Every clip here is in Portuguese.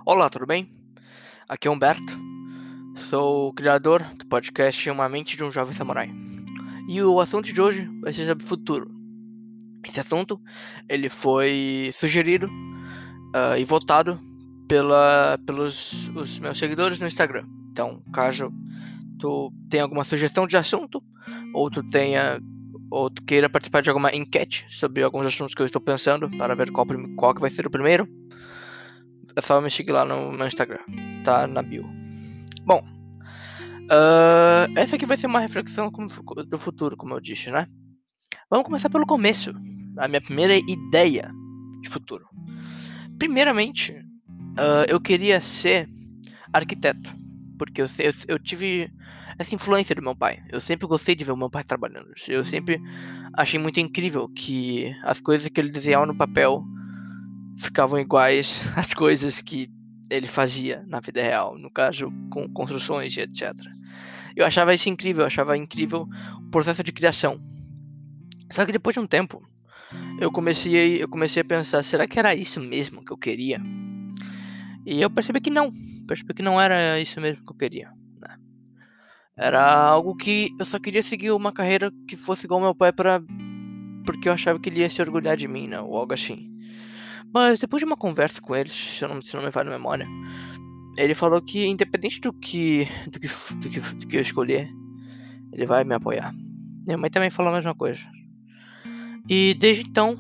Olá, tudo bem? Aqui é Humberto, sou o criador do podcast Uma Mente de um Jovem Samurai. E o assunto de hoje vai ser sobre futuro. Esse assunto ele foi sugerido e votado pelos os meus seguidores no Instagram. Então, caso tu tenha alguma sugestão de assunto, ou tu tenha ou tu queira participar de alguma enquete sobre alguns assuntos que eu estou pensando para ver qual que vai ser o primeiro, é só me seguir lá no meu Instagram, tá na bio. Bom, essa aqui vai ser uma reflexão do futuro, como eu disse, né? Vamos começar pelo começo. A minha primeira ideia de futuro. Primeiramente, eu queria ser arquiteto, porque eu tive essa influência do meu pai. Eu sempre gostei de ver o meu pai trabalhando. Eu sempre achei muito incrível que as coisas que ele desenhava no papel ficavam iguais às coisas que ele fazia na vida real, no caso, com construções e etc. Eu achava isso incrível, eu achava incrível o processo de criação. Só que depois de um tempo, eu comecei a pensar, será que era isso mesmo que eu queria? E eu percebi que não era isso mesmo que eu queria, né? Era algo que eu só queria seguir uma carreira que fosse igual ao meu pai porque eu achava que ele ia se orgulhar de mim, né? Ou algo assim. Mas depois de uma conversa com ele, se não me falha a memória, ele falou que independente do que eu escolher, ele vai me apoiar. Minha mãe também falou a mesma coisa. E desde então,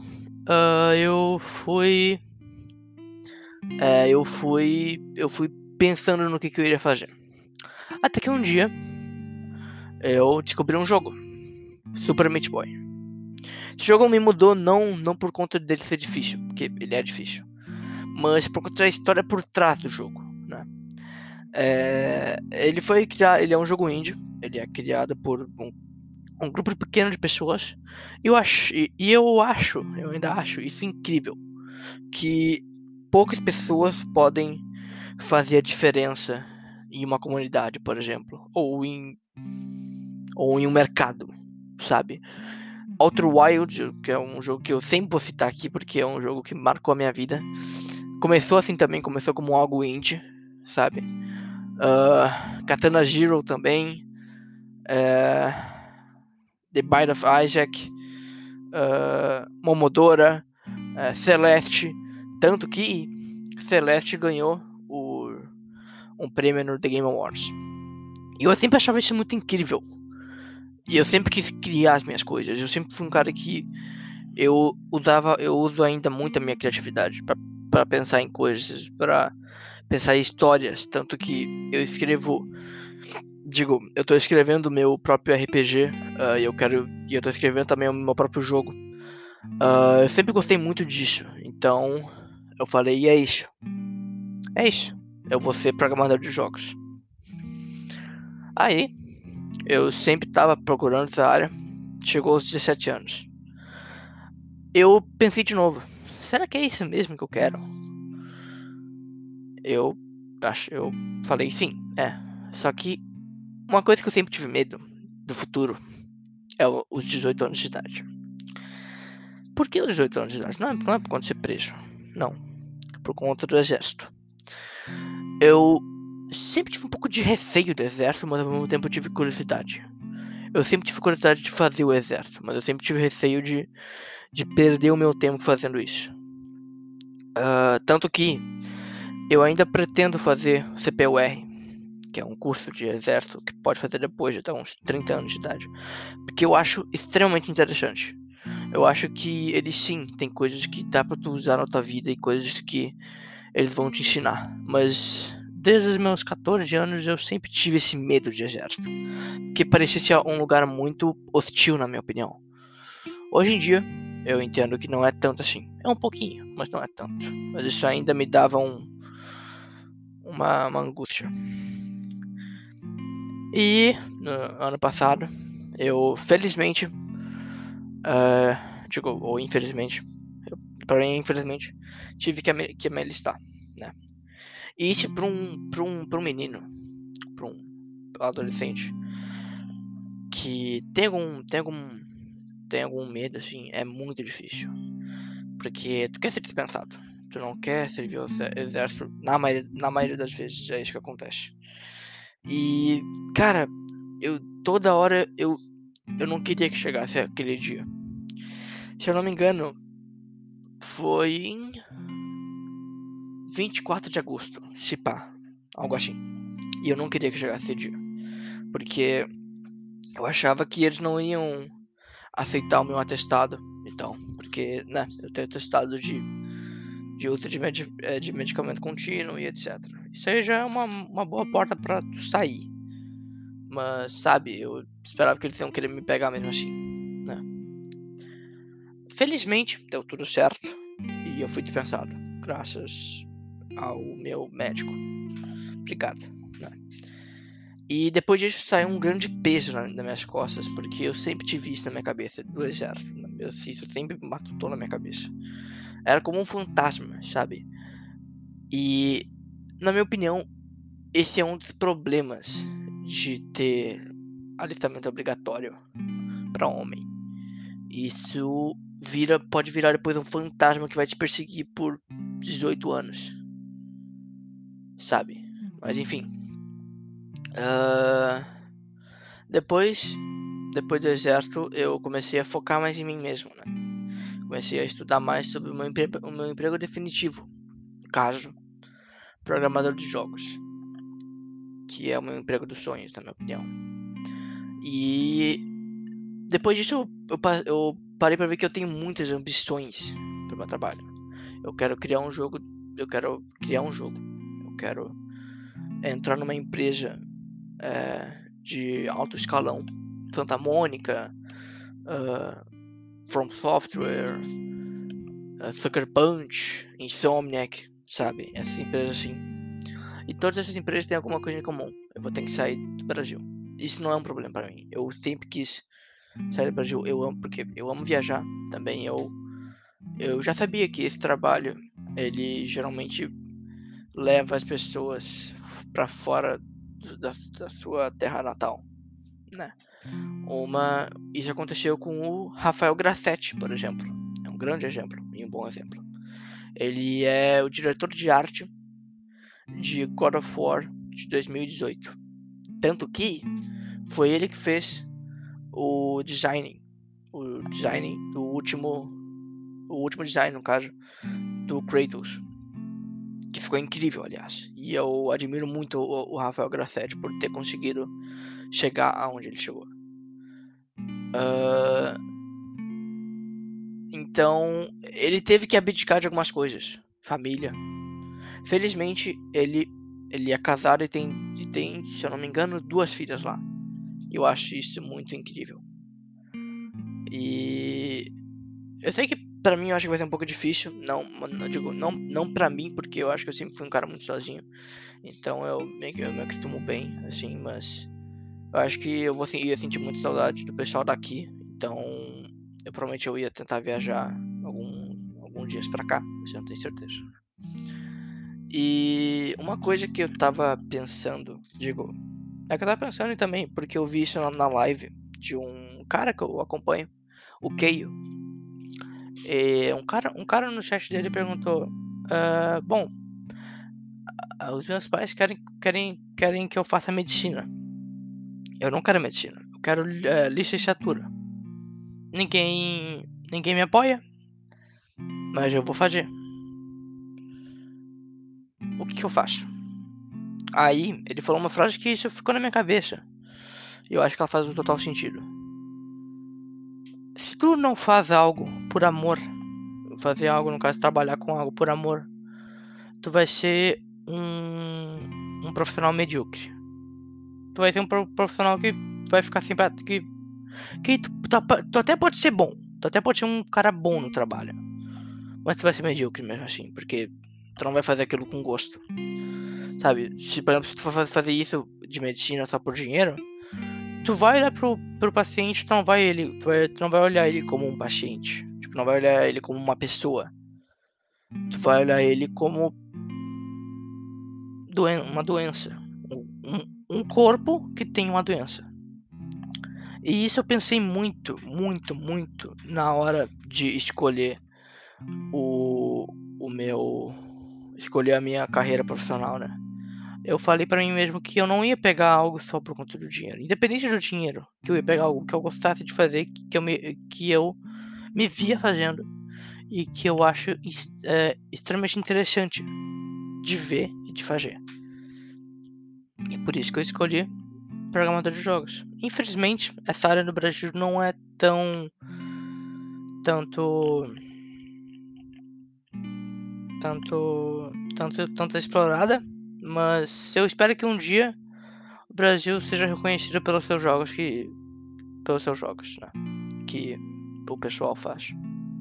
eu fui pensando no que eu iria fazer. Até que um dia eu descobri um jogo, Super Meat Boy. Esse jogo me mudou não por conta dele ser difícil, porque ele é difícil, mas por conta da história por trás do jogo, né? Ele é um jogo indie, ele é criado por um grupo pequeno de pessoas. Eu ainda acho isso incrível, que poucas pessoas podem fazer a diferença em uma comunidade, por exemplo, ou em um mercado, sabe? Outer Wild, que é um jogo que eu sempre vou citar aqui porque é um jogo que marcou a minha vida. Começou assim também, começou como algo indie, sabe? Katana Zero também, uh, The Bite of Isaac, Momodora, Celeste, tanto que Celeste ganhou um prêmio no The Game Awards. E eu sempre achava isso muito incrível. E eu sempre quis criar as minhas coisas. Eu sempre fui um cara que eu uso ainda muito a minha criatividade para pensar em coisas, para pensar em histórias, tanto que eu tô escrevendo o meu próprio RPG, e eu tô escrevendo também o meu próprio jogo. Eu sempre gostei muito disso, então eu falei, e é isso, eu vou ser programador de jogos. Aí, eu sempre tava procurando essa área, chegou aos 17 anos. Eu pensei de novo, será que é isso mesmo que eu quero? Eu eu falei sim, é. Só que uma coisa que eu sempre tive medo do futuro é os 18 anos de idade. Por que os 18 anos de idade? Não é por conta de ser preso. Não. Por conta do exército. Eu sempre tive um pouco de receio do exército, mas ao mesmo tempo eu tive curiosidade. Eu sempre tive curiosidade de fazer o exército, mas eu sempre tive receio de perder o meu tempo fazendo isso. Tanto que eu ainda pretendo fazer o CPUR, que é um curso de exército que pode fazer depois de até uns 30 anos de idade, porque eu acho extremamente interessante. Eu acho que ele sim tem coisas que dá pra tu usar na tua vida e coisas que eles vão te ensinar, mas desde os meus 14 anos eu sempre tive esse medo de exército, porque parecia ser um lugar muito hostil, na minha opinião. Hoje em dia eu entendo que não é tanto assim, é um pouquinho, mas não é tanto. Mas isso ainda me dava uma angústia. E no ano passado, eu felizmente, ou infelizmente, para mim, infelizmente, tive que me alistar, né? E isso para um menino, para um adolescente que tem algum medo, assim, é muito difícil. Porque tu quer ser dispensado. tu não quer servir o exército, na maioria das vezes é isso que acontece. E, cara, toda hora eu não queria que chegasse aquele dia. Se eu não me engano, foi em 24 de agosto, se pá, algo assim. E eu não queria que chegasse esse dia, porque eu achava que eles não iam aceitar o meu atestado, então, porque, né, eu tenho atestado de uso de medicamento contínuo e etc. Isso aí já é uma boa porta pra tu sair. Mas, sabe, eu esperava que eles iam querer me pegar mesmo assim, né? Felizmente, deu tudo certo e eu fui dispensado, graças ao meu médico. Obrigado, né? E depois disso saiu um grande peso nas minhas costas, porque eu sempre tive isso na minha cabeça, do exército. Isso sempre matutou na minha cabeça. Era como um fantasma, sabe? E, na minha opinião, esse é um dos problemas de ter alistamento obrigatório para homem. Isso pode virar depois um fantasma que vai te perseguir por 18 anos, sabe? Mas enfim. Ah, depois do exército, eu comecei a focar mais em mim mesmo, né? Comecei a estudar mais sobre o meu emprego definitivo, no caso, programador de jogos, que é o meu emprego dos sonhos, na minha opinião. E depois disso, eu parei para ver que eu tenho muitas ambições para o meu trabalho. Eu quero criar um jogo, eu quero entrar numa empresa de alto escalão, Santa Mônica, From Software, Sucker Punch, Insomniac, sabe? Essas empresas assim. E todas essas empresas têm alguma coisa em comum. Eu vou ter que sair do Brasil. Isso não é um problema para mim. Eu sempre quis sair do Brasil. Eu amo, porque eu amo viajar também. Eu já sabia que esse trabalho, ele geralmente leva as pessoas para fora da sua terra natal, né? Isso aconteceu com o Rafael Grassetti, por exemplo. É um grande exemplo e um bom exemplo. Ele é o diretor de arte de God of War de 2018. Tanto que foi ele que fez o design o último design, no caso, do Kratos, que ficou incrível, aliás. E eu admiro muito o Rafael Grassetti por ter conseguido chegar aonde ele chegou. Então, ele teve que abdicar de algumas coisas. Família. Felizmente, ele é casado e tem, se eu não me engano, 2 filhas lá. Eu acho isso muito incrível. E eu sei que pra mim eu acho que vai ser um pouco difícil. Não digo, não pra mim, porque eu acho que eu sempre fui um cara muito sozinho. Então eu me acostumo bem, assim, mas eu acho que ia sentir muita saudade do pessoal daqui. Então eu provavelmente eu ia tentar viajar alguns dias pra cá, mas eu não tenho certeza. E uma coisa que eu tava pensando, é que eu tava pensando também, porque eu vi isso na live de um cara que eu acompanho, o Keio. Um cara no chat dele perguntou: bom, os meus pais querem que eu faça medicina. Eu não quero medicina, eu quero licenciatura. Ninguém me apoia, mas eu vou fazer. O que eu faço? Aí ele falou uma frase que isso ficou na minha cabeça. E eu acho que ela faz um total sentido. Se tu não faz algo por amor, fazer algo, no caso, trabalhar com algo por amor, tu vai ser um profissional medíocre. Tu vai ser um profissional que vai ficar sempre. Que tu até pode ser bom. Tu até pode ser um cara bom no trabalho. Mas tu vai ser medíocre mesmo assim, porque tu não vai fazer aquilo com gosto. Sabe? Se, por exemplo, se tu for fazer isso de medicina só por dinheiro, tu vai olhar pro paciente, tu não vai olhar ele como um paciente. Tipo, não vai olhar ele como uma pessoa. Tu vai olhar ele como uma doença. Um corpo que tem uma doença. E isso eu pensei muito na hora de escolher o escolher a minha carreira profissional, né? Eu falei pra mim mesmo que eu não ia pegar algo só por conta do dinheiro. Independente do dinheiro, que eu ia pegar algo que eu gostasse de fazer, que eu me via fazendo e que eu acho extremamente interessante de ver e de fazer. E por isso que eu escolhi programador de jogos. Infelizmente, essa área no Brasil não é tanto explorada, mas eu espero que um dia o Brasil seja reconhecido pelos seus jogos, né, que o pessoal faz.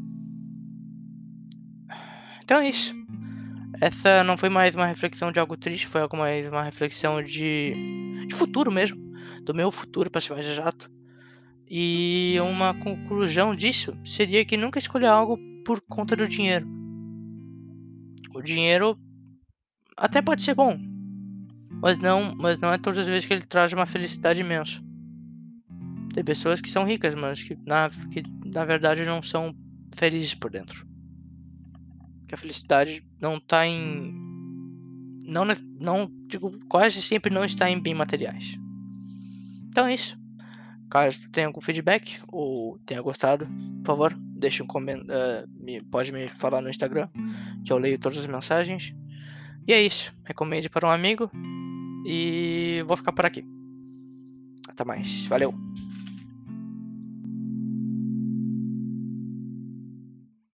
Então é isso. Essa não foi mais uma reflexão de algo triste, foi algo mais uma reflexão de futuro mesmo, do meu futuro, para ser mais exato. E uma conclusão disso seria que nunca escolha algo por conta do dinheiro. O dinheiro até pode ser bom, mas não é todas as vezes que ele traz uma felicidade imensa. Tem pessoas que são ricas, mas que na verdade não são felizes por dentro. Que a felicidade não tá em. Não, digo, quase sempre não está em bens materiais. Então é isso. Caso tenha algum feedback ou tenha gostado, por favor, deixe um comentário. Pode me falar no Instagram, que eu leio todas as mensagens. E é isso. Recomende para um amigo. E vou ficar por aqui. Até mais. Valeu.